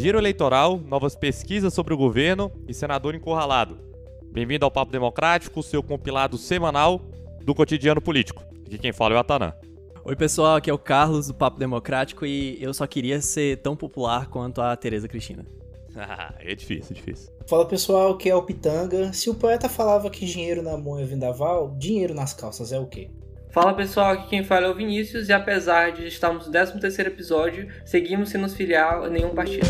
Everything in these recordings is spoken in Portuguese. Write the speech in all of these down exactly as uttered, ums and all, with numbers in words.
giro eleitoral, novas pesquisas sobre o governo e senador encurralado. Bem-vindo ao Papo Democrático, seu compilado semanal do cotidiano político. Aqui quem fala é o Atanã. Oi pessoal, aqui é o Carlos do Papo Democrático e eu só queria ser tão popular quanto a Tereza Cristina. É difícil, é difícil. Fala pessoal, aqui é o Pitanga. Se o poeta falava que dinheiro na mão é vendaval, dinheiro nas calças é o quê? Fala pessoal, aqui quem fala é o Vinícius e apesar de estarmos no décimo terceiro episódio, seguimos sem nos filiar a nenhum partido.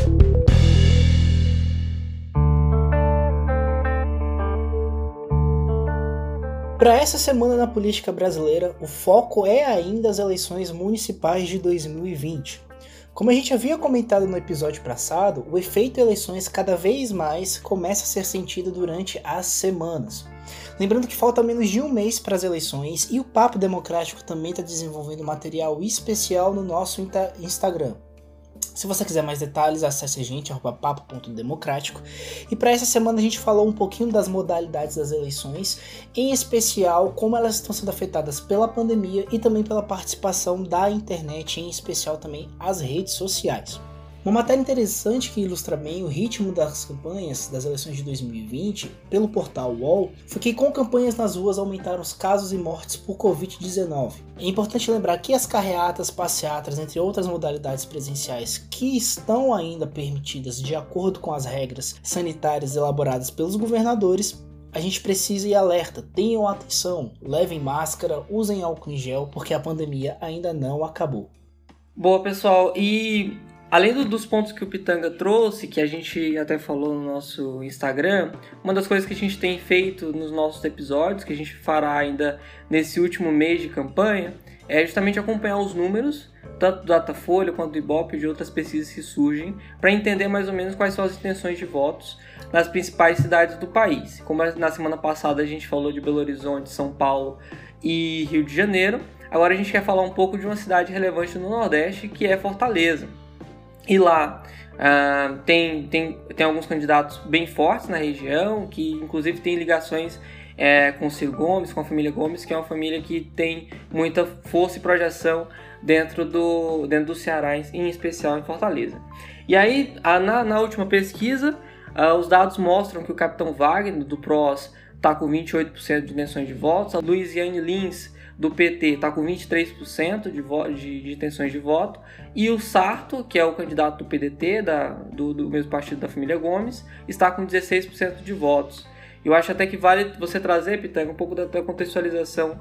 Para essa semana na política brasileira, o foco é ainda as eleições municipais de dois mil e vinte. Como a gente havia comentado no episódio passado, o efeito eleições cada vez mais começa a ser sentido durante as semanas. Lembrando que falta menos de um mês para as eleições e o Papo Democrático também está desenvolvendo material especial no nosso Instagram. Se você quiser mais detalhes, acesse a gente, arroba papo ponto democrático. E para essa semana a gente falou um pouquinho das modalidades das eleições, em especial como elas estão sendo afetadas pela pandemia e também pela participação da internet, em especial também as redes sociais. Uma matéria interessante que ilustra bem o ritmo das campanhas das eleições de dois mil e vinte, pelo portal U O L, foi que com campanhas nas ruas aumentaram os casos e mortes por covid dezenove. É importante lembrar que as carreatas, passeatas, entre outras modalidades presenciais que estão ainda permitidas de acordo com as regras sanitárias elaboradas pelos governadores, a gente precisa ir alerta, tenham atenção, levem máscara, usem álcool em gel, porque a pandemia ainda não acabou. Boa pessoal, e além do, dos pontos que o Pitanga trouxe, que a gente até falou no nosso Instagram, uma das coisas que a gente tem feito nos nossos episódios, que a gente fará ainda nesse último mês de campanha, é justamente acompanhar os números, tanto do Datafolha quanto do Ibope e de outras pesquisas que surgem, para entender mais ou menos quais são as intenções de votos nas principais cidades do país. Como na semana passada a gente falou de Belo Horizonte, São Paulo e Rio de Janeiro, agora a gente quer falar um pouco de uma cidade relevante no Nordeste, que é Fortaleza. E lá uh, tem, tem, tem alguns candidatos bem fortes na região, que inclusive tem ligações é, com o Ciro Gomes, com a família Gomes, que é uma família que tem muita força e projeção dentro do, dentro do Ceará, em especial em Fortaleza. E aí, a, na, na última pesquisa, uh, os dados mostram que o capitão Wagner, do P R O S, está com vinte e oito por cento de intenções de votos, a Luiziane Lins, do P T, está com vinte e três por cento de, vo- de, de intenções de voto, e o Sarto, que é o candidato do P D T, da, do, do mesmo partido da família Gomes, está com dezesseis por cento de votos. Eu acho até que vale você trazer, Pitanga, um pouco da, da contextualização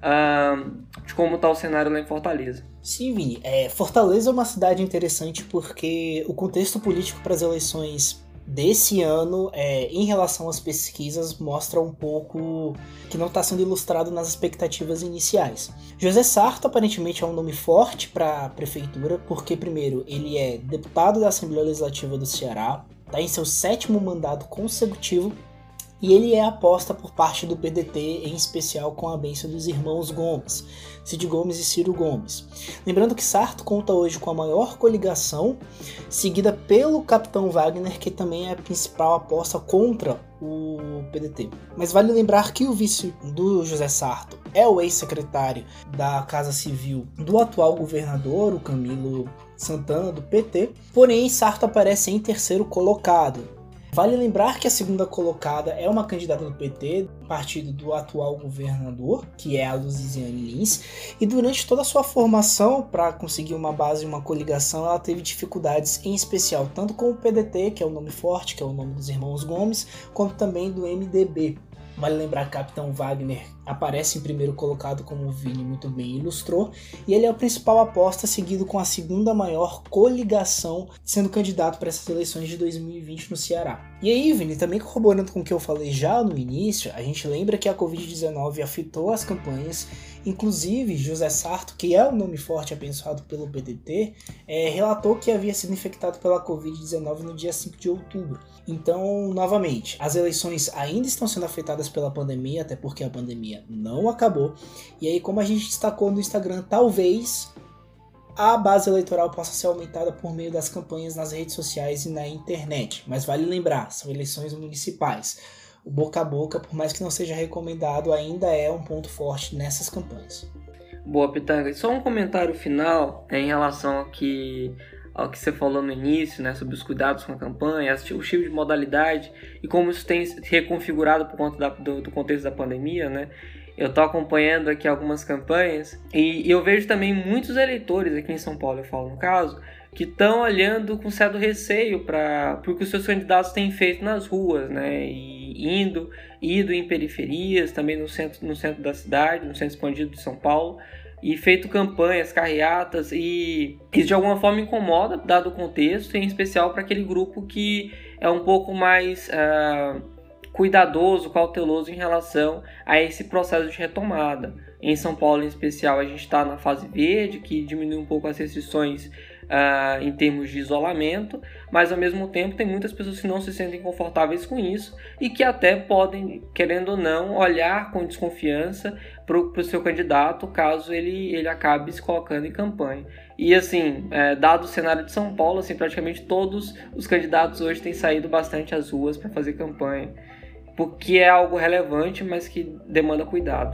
uh, de como está o cenário lá em Fortaleza. Sim, Vini. É, Fortaleza é uma cidade interessante porque o contexto político para as eleições desse ano, é, em relação às pesquisas, mostra um pouco que não está sendo ilustrado nas expectativas iniciais. José Sarto aparentemente é um nome forte para a prefeitura, porque primeiro, ele é deputado da Assembleia Legislativa do Ceará, está em seu sétimo mandato consecutivo, e ele é aposta por parte do P D T, em especial com a bênção dos irmãos Gomes, Cid Gomes e Ciro Gomes. Lembrando que Sarto conta hoje com a maior coligação, seguida pelo capitão Wagner, que também é a principal aposta contra o P D T. Mas vale lembrar que o vice do José Sarto é o ex-secretário da Casa Civil do atual governador, o Camilo Santana, do P T, porém Sarto aparece em terceiro colocado. Vale lembrar que a segunda colocada é uma candidata do P T, partido do atual governador, que é a Luiziane Lins, e durante toda a sua formação, para conseguir uma base e uma coligação, ela teve dificuldades, em especial tanto com o P D T, que é o nome forte, que é o nome dos irmãos Gomes, quanto também do M D B. Vale lembrar que o capitão Wagner aparece em primeiro colocado, como o Vini muito bem ilustrou, e ele é a principal aposta, seguido com a segunda maior coligação, sendo candidato para essas eleições de dois mil e vinte no Ceará. E aí, Vini, também corroborando com o que eu falei já no início, a gente lembra que a covid dezenove afetou as campanhas, inclusive José Sarto, que é o nome forte abençoado pelo P D T, é, relatou que havia sido infectado pela covid dezenove no dia cinco de outubro. Então, novamente, as eleições ainda estão sendo afetadas pela pandemia, até porque a pandemia não acabou. E aí, como a gente destacou no Instagram, talvez a base eleitoral possa ser aumentada por meio das campanhas nas redes sociais e na internet. Mas vale lembrar, são eleições municipais. O boca a boca, por mais que não seja recomendado, ainda é um ponto forte nessas campanhas. Boa, Pitanga. Só um comentário final em relação ao que ao que você falou no início, né, sobre os cuidados com a campanha, o tipo de modalidade e como isso tem se reconfigurado por conta da, do, do contexto da pandemia, né? Eu estou acompanhando aqui algumas campanhas e eu vejo também muitos eleitores aqui em São Paulo, eu falo no caso, que estão olhando com certo receio para o que os seus candidatos têm feito nas ruas, né? E indo, indo em periferias, também no centro, no centro da cidade, no centro expandido de São Paulo, e feito campanhas, carreatas, e isso de alguma forma incomoda, dado o contexto, em especial para aquele grupo que é um pouco mais uh, cuidadoso, cauteloso em relação a esse processo de retomada. Em São Paulo, em especial, a gente está na fase verde, que diminui um pouco as restrições Uh, em termos de isolamento, mas ao mesmo tempo tem muitas pessoas que não se sentem confortáveis com isso e que até podem, querendo ou não, olhar com desconfiança para o seu candidato caso ele, ele acabe se colocando em campanha. E assim, é, dado o cenário de São Paulo, assim, praticamente todos os candidatos hoje têm saído bastante às ruas para fazer campanha, porque é algo relevante, mas que demanda cuidado.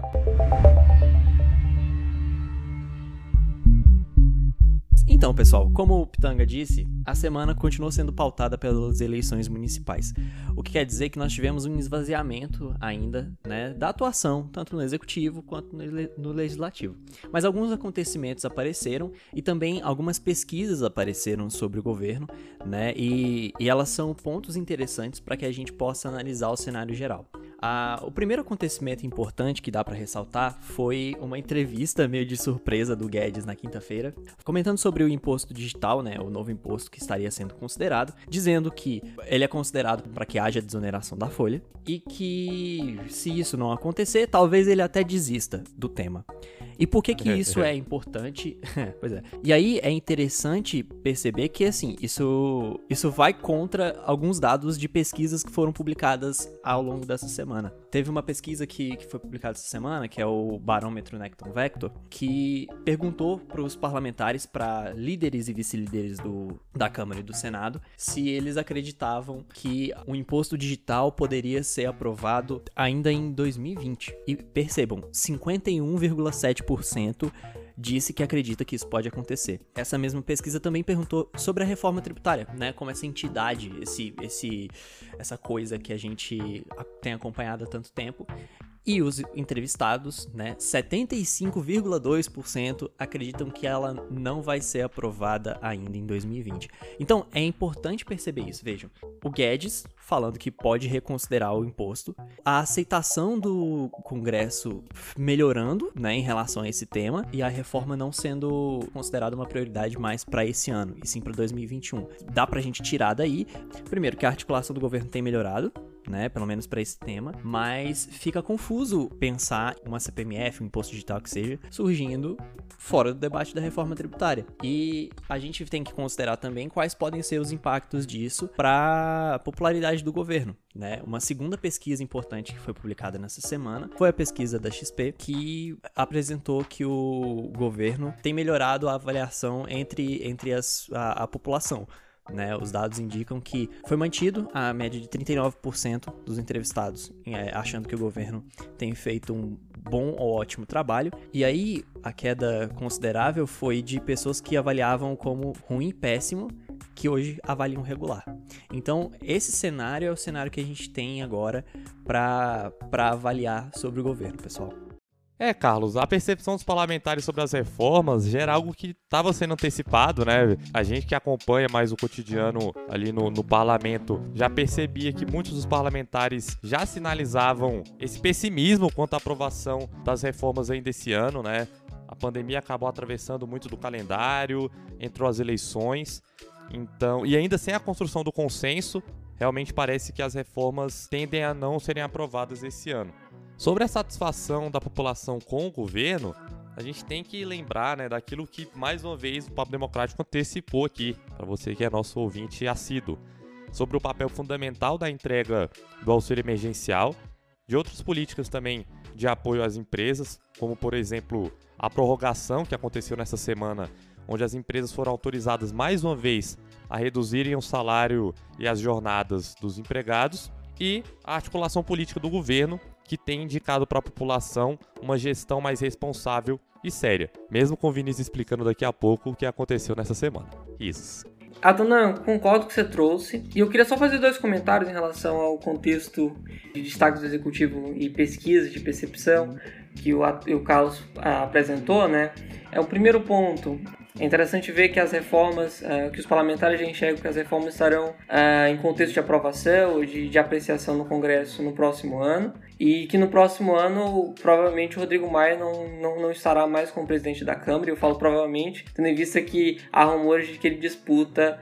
Então, pessoal, como o Pitanga disse, a semana continuou sendo pautada pelas eleições municipais, o que quer dizer que nós tivemos um esvaziamento ainda, né, da atuação, tanto no executivo quanto no legislativo. Mas alguns acontecimentos apareceram e também algumas pesquisas apareceram sobre o governo, né, e, e elas são pontos interessantes para que a gente possa analisar o cenário geral. Ah, o primeiro acontecimento importante que dá para ressaltar foi uma entrevista meio de surpresa do Guedes na quinta-feira, comentando sobre o imposto digital, né, o novo imposto que estaria sendo considerado, dizendo que ele é considerado para que haja desoneração da folha e que, se isso não acontecer, talvez ele até desista do tema. E por que que isso é importante? Pois é. E aí é interessante perceber que, assim, isso, isso vai contra alguns dados de pesquisas que foram publicadas ao longo dessa semana. Teve uma pesquisa que, que foi publicada essa semana, que é o Barômetro Necton Vector, que perguntou para os parlamentares, para líderes e vice-líderes do, da Câmara e do Senado, se eles acreditavam que o imposto digital poderia ser aprovado ainda em dois mil e vinte. E percebam, cinquenta e um vírgula sete por cento disse que acredita que isso pode acontecer. Essa mesma pesquisa também perguntou sobre a reforma tributária, né? Como essa entidade, esse, esse, essa coisa que a gente tem acompanhado há tanto tempo. E os entrevistados, né, setenta e cinco vírgula dois por cento acreditam que ela não vai ser aprovada ainda em dois mil e vinte. Então, é importante perceber isso. Vejam, o Guedes falando que pode reconsiderar o imposto, a aceitação do Congresso melhorando, né, em relação a esse tema, e a reforma não sendo considerada uma prioridade mais para esse ano, e sim para dois mil e vinte e um. Dá pra gente tirar daí, primeiro, que a articulação do governo tem melhorado, né, pelo menos para esse tema, mas fica confuso pensar uma C P M F, um imposto digital que seja, surgindo fora do debate da reforma tributária. E a gente tem que considerar também quais podem ser os impactos disso para a popularidade do governo, né? Uma segunda pesquisa importante que foi publicada nessa semana foi a pesquisa da X P, que apresentou que o governo tem melhorado a avaliação entre, entre as, a, a população. Né, os dados indicam que foi mantido a média de trinta e nove por cento dos entrevistados é, achando que o governo tem feito um bom ou ótimo trabalho. E aí a queda considerável foi de pessoas que avaliavam como ruim e péssimo, que hoje avaliam regular. Então esse cenário é o cenário que a gente tem agora para para avaliar sobre o governo, pessoal. É, Carlos, a percepção dos parlamentares sobre as reformas já era algo que estava sendo antecipado, né? A gente que acompanha mais o cotidiano ali no, no parlamento já percebia que muitos dos parlamentares já sinalizavam esse pessimismo quanto à aprovação das reformas ainda esse ano, né? A pandemia acabou atravessando muito do calendário, entrou as eleições, então, e ainda sem a construção do consenso, realmente parece que as reformas tendem a não serem aprovadas esse ano. Sobre a satisfação da população com o governo, a gente tem que lembrar, né, daquilo que, mais uma vez, o Papo Democrático antecipou aqui, para você que é nosso ouvinte assíduo, sobre o papel fundamental da entrega do auxílio emergencial, de outras políticas também de apoio às empresas, como, por exemplo, a prorrogação que aconteceu nessa semana, onde as empresas foram autorizadas mais uma vez a reduzirem o salário e as jornadas dos empregados, e a articulação política do governo, que tem indicado para a população uma gestão mais responsável e séria, mesmo com o Vinícius explicando daqui a pouco o que aconteceu nessa semana. Isso. Adanan, concordo com o que você trouxe. E eu queria só fazer dois comentários em relação ao contexto de destaque do executivo e pesquisa de percepção que o, o Carlos ah, apresentou, né? É o primeiro ponto. É interessante ver que as reformas, uh, que os parlamentares já enxergam que as reformas estarão uh, em contexto de aprovação ou de, de apreciação no Congresso no próximo ano, e que no próximo ano, provavelmente, o Rodrigo Maia não, não, não estará mais como presidente da Câmara. Eu falo provavelmente, tendo em vista que há rumores de que ele disputa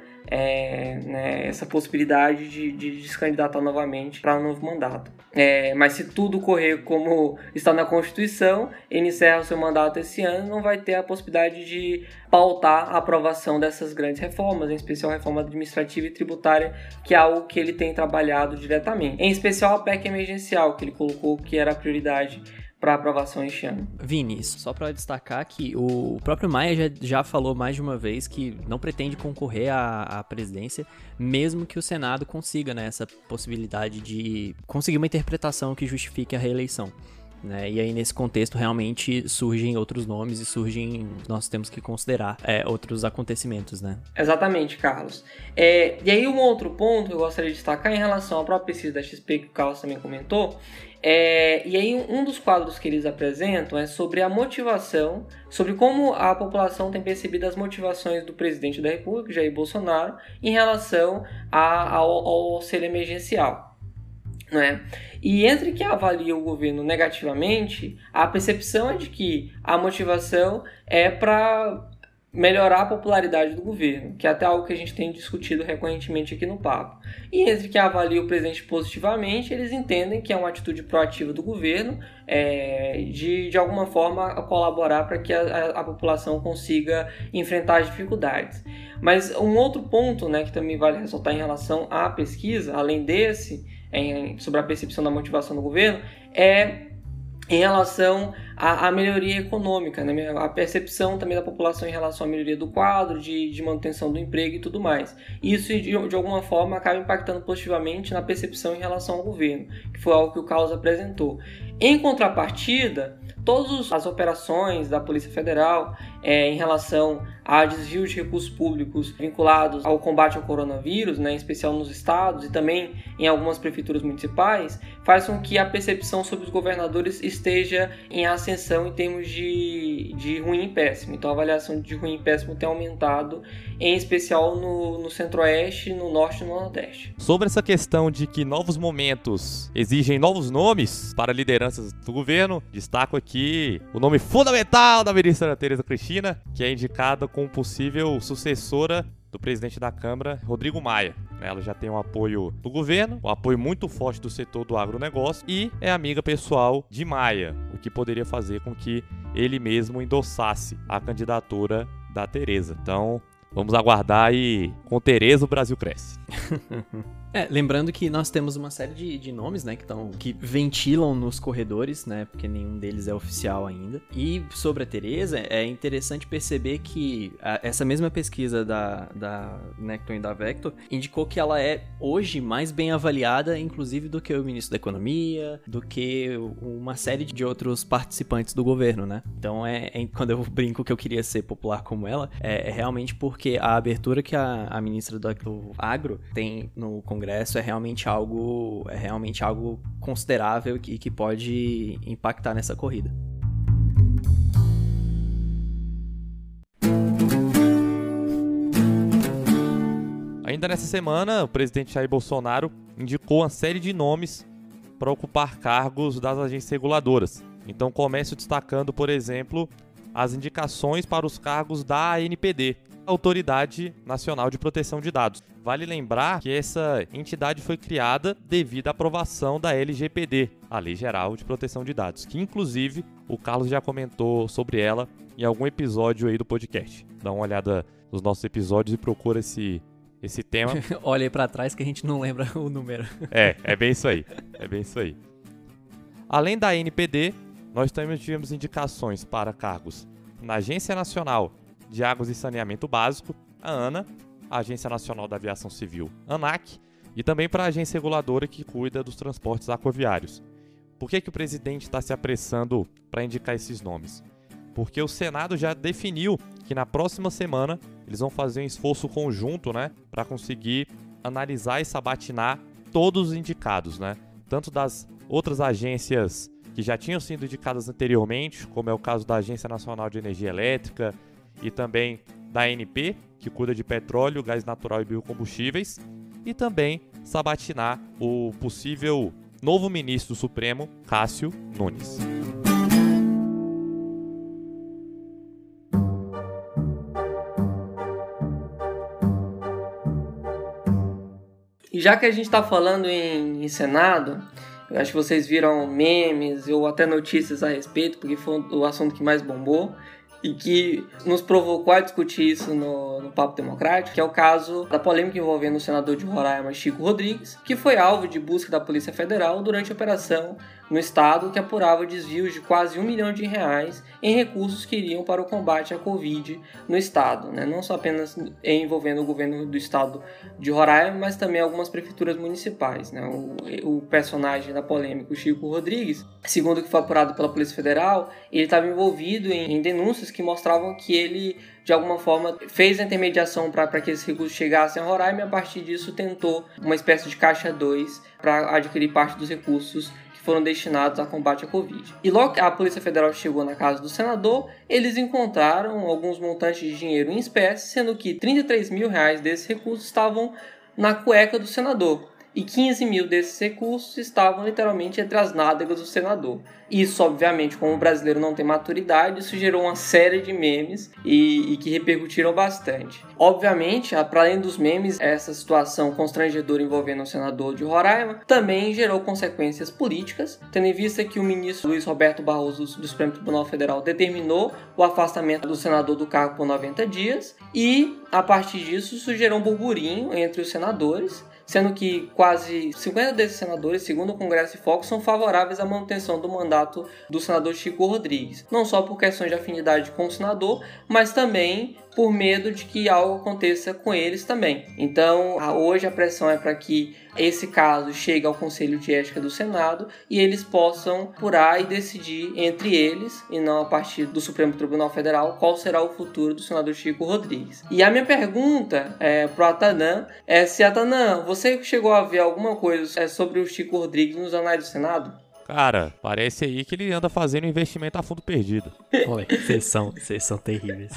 É, né, essa possibilidade de, de, de se candidatar novamente para um novo mandato. É, mas se tudo correr como está na Constituição, ele encerra o seu mandato esse ano, não vai ter a possibilidade de pautar a aprovação dessas grandes reformas, em especial a reforma administrativa e tributária, que é algo que ele tem trabalhado diretamente. Em especial a P E C emergencial, que ele colocou que era a prioridade para aprovação este ano. Vini, só para destacar que o próprio Maia já, já falou mais de uma vez que não pretende concorrer à, à presidência, mesmo que o Senado consiga, né, essa possibilidade de conseguir uma interpretação que justifique a reeleição. Né? E aí, nesse contexto, realmente surgem outros nomes e surgem, nós temos que considerar é, outros acontecimentos, né? Exatamente, Carlos. É, e aí, um outro ponto que eu gostaria de destacar em relação à própria pesquisa da X P, que o Carlos também comentou, é, e aí um dos quadros que eles apresentam é sobre a motivação, sobre como a população tem percebido as motivações do presidente da República, Jair Bolsonaro, em relação a, ao, ao auxílio emergencial. Né? E entre que avalia o governo negativamente, a percepção é de que a motivação é para melhorar a popularidade do governo, que é até algo que a gente tem discutido recorrentemente aqui no Papo. E entre que avalia o presidente positivamente, eles entendem que é uma atitude proativa do governo é, de, de alguma forma, colaborar para que a, a população consiga enfrentar as dificuldades. Mas um outro ponto, né, que também vale ressaltar em relação à pesquisa, além desse, em, sobre a percepção da motivação do governo, é em relação à, à melhoria econômica, né? A percepção também da população em relação à melhoria do quadro, de, de manutenção do emprego e tudo mais. Isso, de, de alguma forma, acaba impactando positivamente na percepção em relação ao governo, que foi algo que o Carlos apresentou. Em contrapartida, todas as operações da Polícia Federal é, em relação a desvio de recursos públicos vinculados ao combate ao coronavírus, né, em especial nos estados e também em algumas prefeituras municipais, faz com que a percepção sobre os governadores esteja em ascensão em termos de, de ruim e péssimo. Então a avaliação de ruim e péssimo tem aumentado, em especial no, no centro-oeste, no norte e no nordeste. Sobre essa questão de que novos momentos exigem novos nomes para lideranças do governo, destaco aqui o nome fundamental da ministra Tereza Cristina, que é indicada como possível sucessora do presidente da Câmara, Rodrigo Maia. Ela já tem um apoio do governo, um apoio muito forte do setor do agronegócio e é amiga pessoal de Maia, o que poderia fazer com que ele mesmo endossasse a candidatura da Tereza. Então, vamos aguardar e com Tereza o Brasil cresce. É, lembrando que nós temos uma série de, de nomes, né, que, tão, que ventilam nos corredores, né, porque nenhum deles é oficial ainda. E sobre a Tereza, é interessante perceber que a, essa mesma pesquisa da, da Necton e da Vector indicou que ela é hoje mais bem avaliada, inclusive, do que o ministro da Economia, do que uma série de outros participantes do governo, né. Então, é, é quando eu brinco que eu queria ser popular como ela, é, é realmente porque a abertura que a, a ministra do, do Agro tem no Congresso Congresso é realmente algo, é realmente algo considerável e que pode impactar nessa corrida. Ainda nessa semana, o presidente Jair Bolsonaro indicou uma série de nomes para ocupar cargos das agências reguladoras. Então, começo destacando, por exemplo, as indicações para os cargos da A N P D, Autoridade Nacional de Proteção de Dados. Vale lembrar que essa entidade foi criada devido à aprovação da L G P D, a Lei Geral de Proteção de Dados, que inclusive o Carlos já comentou sobre ela em algum episódio aí do podcast. Dá uma olhada nos nossos episódios e procura esse, esse tema. Olha aí pra trás que a gente não lembra o número. É, é bem isso aí, é bem isso aí. Além da A N P D, nós também tivemos indicações para cargos na Agência Nacional de Águas e Saneamento Básico, a ANA, a Agência Nacional da Aviação Civil, ANAC, e também para a agência reguladora que cuida dos transportes aquaviários. Por que que o presidente está se apressando para indicar esses nomes? Porque o Senado já definiu que na próxima semana eles vão fazer um esforço conjunto, né, para conseguir analisar e sabatinar todos os indicados, né, tanto das outras agências que já tinham sido indicadas anteriormente, como é o caso da Agência Nacional de Energia Elétrica e também da A N P, que cuida de petróleo, gás natural e biocombustíveis, e também sabatinar o possível novo ministro do Supremo, Cássio Nunes. E já que a gente está falando em, em Senado, eu acho que vocês viram memes ou até notícias a respeito, porque foi o assunto que mais bombou e que nos provocou a discutir isso no, no Papo Democrático, que é o caso da polêmica envolvendo o senador de Roraima, Chico Rodrigues, que foi alvo de busca da Polícia Federal durante a operação no estado que apurava desvios de quase um milhão de reais em recursos que iriam para o combate à Covid no estado, né? Não só apenas envolvendo o governo do estado de Roraima, mas também algumas prefeituras municipais, né? O, o personagem da polêmica, o Chico Rodrigues, segundo o que foi apurado pela Polícia Federal, ele estava envolvido em, em denúncias que mostravam que ele, de alguma forma, fez a intermediação para que esses recursos chegassem a Roraima e, a partir disso, tentou uma espécie de caixa dois para adquirir parte dos recursos foram destinados a combate à Covid. E logo que a Polícia Federal chegou na casa do senador, eles encontraram alguns montantes de dinheiro em espécie, sendo que trinta e três mil reais desses recursos estavam na cueca do senador e quinze mil desses recursos estavam literalmente entre as nádegas do senador. Isso, obviamente, como o brasileiro não tem maturidade, isso gerou uma série de memes e, e que repercutiram bastante. Obviamente, para além dos memes, essa situação constrangedora envolvendo o senador de Roraima também gerou consequências políticas, tendo em vista que o ministro Luiz Roberto Barroso do Supremo Tribunal Federal determinou o afastamento do senador do cargo por noventa dias e, a partir disso, isso gerou um burburinho entre os senadores, sendo que quase cinquenta desses senadores, segundo o Congresso e Foco, são favoráveis à manutenção do mandato do senador Chico Rodrigues, não só por questões de afinidade com o senador, mas também por medo de que algo aconteça com eles também. Então, hoje a pressão é para que esse caso chegue ao Conselho de Ética do Senado e eles possam apurar e decidir entre eles, e não a partir do Supremo Tribunal Federal, qual será o futuro do senador Chico Rodrigues. E a minha pergunta é, para o Atanã é se, Atanã, você chegou a ver alguma coisa sobre o Chico Rodrigues nos anais do Senado? Cara, parece aí que ele anda fazendo investimento a fundo perdido. Olha, vocês são, vocês são terríveis.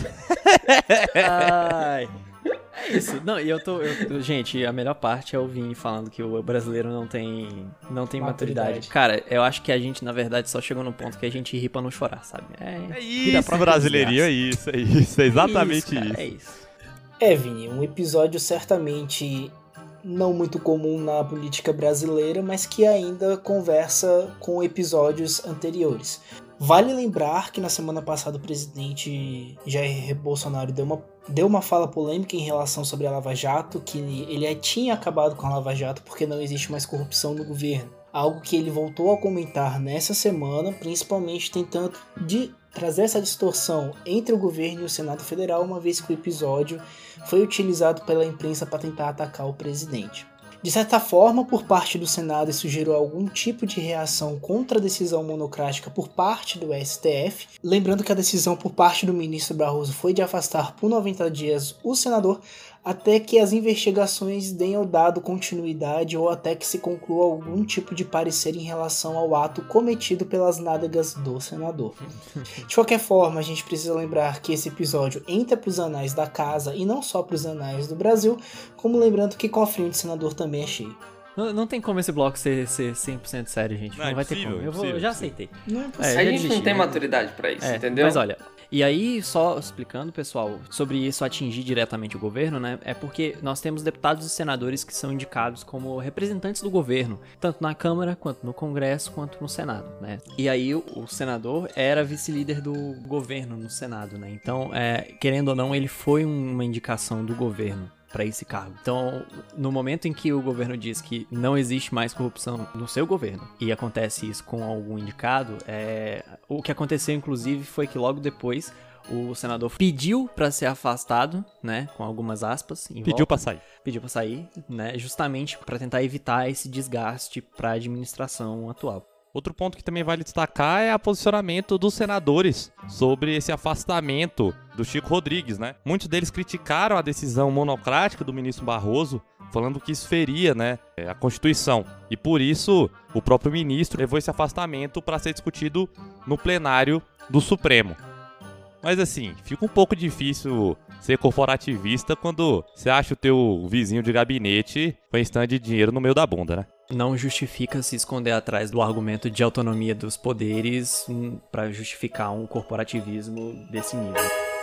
Ai, é isso. Não, e eu tô... Eu, gente, a melhor parte é o Vini falando que o brasileiro não tem, não tem maturidade. maturidade. Cara, eu acho que a gente, na verdade, só chegou no ponto que a gente ri pra não chorar, sabe? É, é isso, brasileirinho, é isso, é isso. É exatamente é isso. isso. Cara, é isso. É, Vini, um episódio certamente não muito comum na política brasileira, mas que ainda conversa com episódios anteriores. Vale lembrar que na semana passada o presidente Jair Bolsonaro deu uma, deu uma fala polêmica em relação sobre a Lava Jato, que ele tinha acabado com a Lava Jato porque não existe mais corrupção no governo. Algo que ele voltou a comentar nessa semana, principalmente tentando de trazer essa distorção entre o governo e o Senado Federal, uma vez que o episódio foi utilizado pela imprensa para tentar atacar o presidente. De certa forma, por parte do Senado, isso gerou algum tipo de reação contra a decisão monocrática por parte do S T F. Lembrando que a decisão por parte do ministro Barroso foi de afastar por noventa dias o senador, até que as investigações deem ou dado continuidade ou até que se conclua algum tipo de parecer em relação ao ato cometido pelas nádegas do senador. De qualquer forma, a gente precisa lembrar que esse episódio entra para os anais da casa e não só para os anais do Brasil, como lembrando que cofrinho de senador também é cheio. Não, não tem como esse bloco ser, ser cem por cento sério, gente. Não, não é vai possível, ter como. Eu, vou, eu já aceitei. Não é é, a gente desisti, não tem maturidade pra isso, é, entendeu? Mas olha, e aí, só explicando, pessoal, sobre isso atingir diretamente o governo, né? É porque nós temos deputados e senadores que são indicados como representantes do governo, tanto na Câmara, quanto no Congresso, quanto no Senado, né? E aí, o, o senador era vice-líder do governo no Senado, né? Então, é, querendo ou não, ele foi uma indicação do governo para esse cargo. Então, no momento em que o governo diz que não existe mais corrupção no seu governo e acontece isso com algum indicado, é... o que aconteceu, inclusive, foi que logo depois o senador pediu para ser afastado, né, com algumas aspas. Pediu para sair. Pediu para sair, né, justamente para tentar evitar esse desgaste para a administração atual. Outro ponto que também vale destacar é o posicionamento dos senadores sobre esse afastamento do Chico Rodrigues, né? Muitos deles criticaram a decisão monocrática do ministro Barroso, falando que isso feria, né, a Constituição. E por isso, o próprio ministro levou esse afastamento para ser discutido no plenário do Supremo. Mas assim, fica um pouco difícil ser corporativista quando você acha o teu vizinho de gabinete com um stand de dinheiro no meio da bunda, né? Não justifica se esconder atrás do argumento de autonomia dos poderes hum, para justificar um corporativismo desse nível.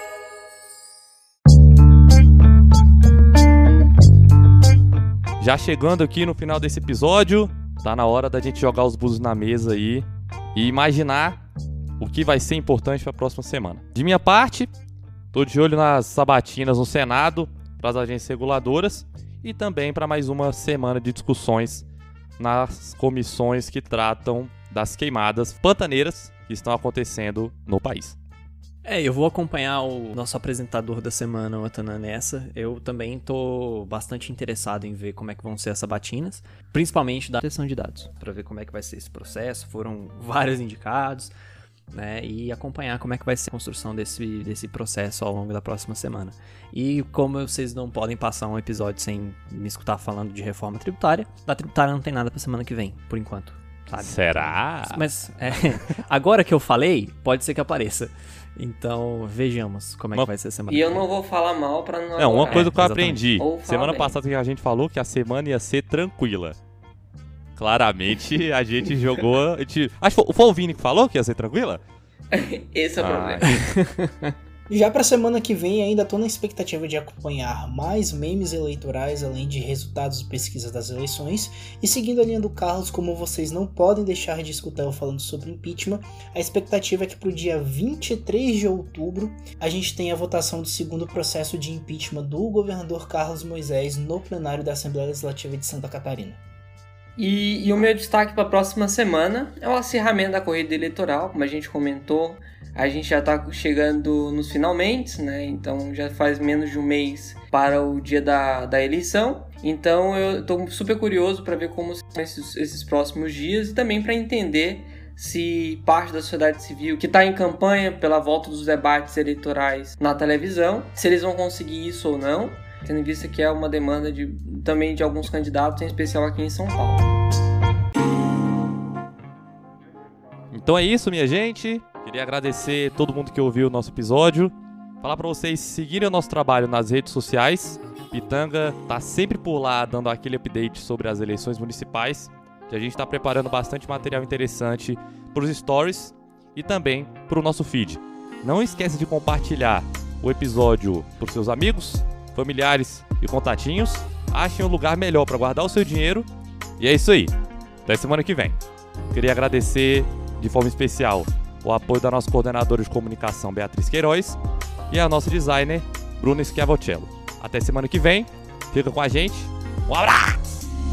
Já chegando aqui no final desse episódio, tá na hora da gente jogar os búzios na mesa aí e imaginar o que vai ser importante para a próxima semana. De minha parte, tô de olho nas sabatinas no Senado, para as agências reguladoras e também para mais uma semana de discussões nas comissões que tratam das queimadas pantaneiras que estão acontecendo no país. É, eu vou acompanhar o nosso apresentador da semana, o Atanan, nessa. Eu também tô bastante interessado em ver como é que vão ser as sabatinas, principalmente da proteção de dados, para ver como é que vai ser esse processo. Foram vários indicados, né, e acompanhar como é que vai ser a construção desse, desse processo ao longo da próxima semana. E como vocês não podem passar um episódio sem me escutar falando de reforma tributária, da tributária não tem nada pra semana que vem, por enquanto, sabe? Será? Mas, é, agora que eu falei, pode ser que apareça. Então, vejamos como é que vai ser a semana. E eu não vou falar mal pra não... É, uma coisa que eu exatamente. aprendi. Ou falar Semana bem. passada que a gente falou que a semana ia ser tranquila. Claramente, a gente jogou... A gente... Acho que foi, foi o Vini que falou que ia ser tranquila? Esse é o Ah, problema. Já pra semana que vem, ainda tô na expectativa de acompanhar mais memes eleitorais, além de resultados de pesquisas das eleições. E seguindo a linha do Carlos, como vocês não podem deixar de escutar eu falando sobre impeachment, a expectativa é que pro dia vinte e três de outubro a gente tenha a votação do segundo processo de impeachment do governador Carlos Moisés no plenário da Assembleia Legislativa de Santa Catarina. E, e o meu destaque para a próxima semana é o acirramento da corrida eleitoral, como a gente comentou. A gente já está chegando nos finalmente, né? Então já faz menos de um mês para o dia da, da eleição. Então eu estou super curioso para ver como serão esses, esses próximos dias e também para entender se parte da sociedade civil que está em campanha pela volta dos debates eleitorais na televisão, se eles vão conseguir isso ou não, tendo em vista que é uma demanda de, também de alguns candidatos, em especial aqui em São Paulo. Então é isso, minha gente. Queria agradecer todo mundo que ouviu o nosso episódio. Falar pra vocês seguirem o nosso trabalho nas redes sociais. Pitanga tá sempre por lá dando aquele update sobre as eleições municipais, que a gente tá preparando bastante material interessante pros stories e também pro nosso feed. Não esquece de compartilhar o episódio pros seus amigos, familiares e contatinhos. Achem um lugar melhor para guardar o seu dinheiro. E é isso aí. Até semana que vem. Queria agradecer de forma especial o apoio da nossa coordenadora de comunicação, Beatriz Queiroz, e a nossa designer, Bruna Schiavocello. Até semana que vem. Fica com a gente. Um abraço!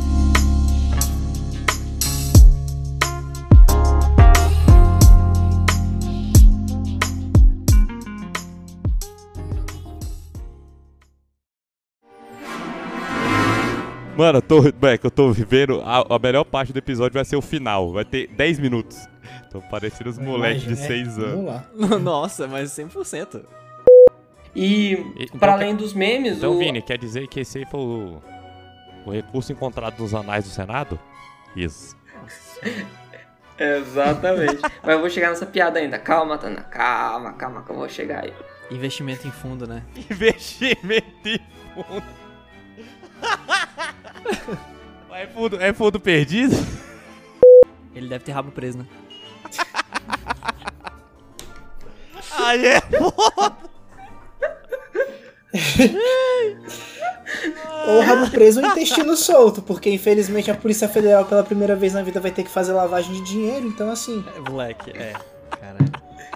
Mano, eu tô, Beck, eu tô vivendo. A, a melhor parte do episódio vai ser o final. Vai ter dez minutos. Tô parecendo os moleques de Imagina, seis é, anos. Vamos lá. Nossa, mas cem por cento. E, Então, para quer- além dos memes, Então, o... Vini, quer dizer que esse aí foi o, o recurso encontrado nos anais do Senado? Isso. Exatamente. Mas eu vou chegar nessa piada ainda. Calma, Tana. Calma, calma que eu vou chegar aí. Investimento em fundo, né? Investimento em fundo. é, fundo é fundo perdido? Ele deve ter rabo preso, né? Aí é Ou rabo preso ou intestino solto, porque infelizmente a Polícia Federal pela primeira vez na vida vai ter que fazer lavagem de dinheiro, então assim... É, moleque, é. Caralho.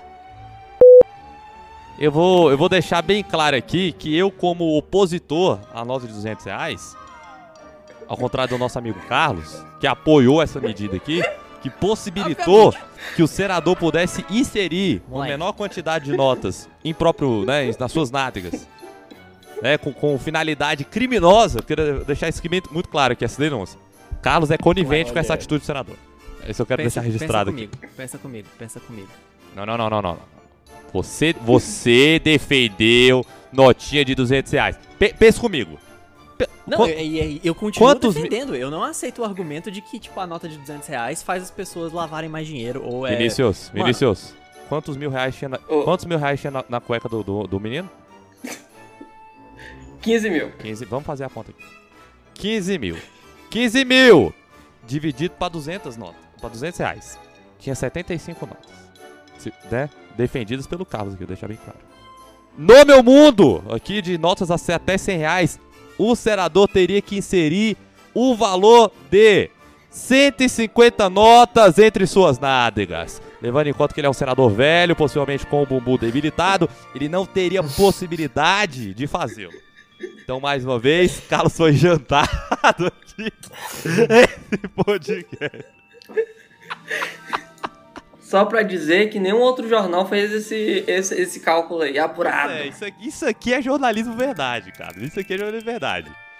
Eu vou, eu vou deixar bem claro aqui que eu, como opositor à nota de duzentos reais, ao contrário do nosso amigo Carlos, que apoiou essa medida aqui, que possibilitou que o senador pudesse inserir uma Moleque. menor quantidade de notas em próprio, né, nas suas nádegas, né, com, com finalidade criminosa. Eu quero deixar isso aqui muito claro aqui, essa denúncia. Carlos é conivente Olha. com essa atitude do senador. Isso eu quero pensa, deixar registrado pensa aqui. comigo, pensa comigo, pensa comigo. Não, não, não, não, não. Você, você defendeu notinha de duzentos reais. P pensa comigo. P não, Qu eu, eu, eu continuo quantos defendendo. Eu não aceito o argumento de que, tipo, a nota de duzentos reais faz as pessoas lavarem mais dinheiro. Ou é... Vinícius, Mano, Vinícius. Quantos mil reais tinha na, Ô. quantos mil reais tinha na, na cueca do, do, do menino? quinze mil. quinze, vamos fazer a conta aqui. quinze mil. quinze mil! Dividido pra duzentas notas. Pra duzentos reais. Tinha setenta e cinco notas. Se, né? Defendidas pelo Carlos aqui, eu deixar bem claro. No meu mundo, aqui de notas até cem reais, o senador teria que inserir o valor de cento e cinquenta notas entre suas nádegas. Levando em conta que ele é um senador velho, possivelmente com o bumbum debilitado, ele não teria possibilidade de fazê-lo. Então, mais uma vez, Carlos foi jantado aqui nesse podcast. Só pra dizer que nenhum outro jornal fez esse, esse, esse cálculo aí, apurado. É, isso aqui, isso aqui é jornalismo verdade, cara. Isso aqui é jornalismo verdade.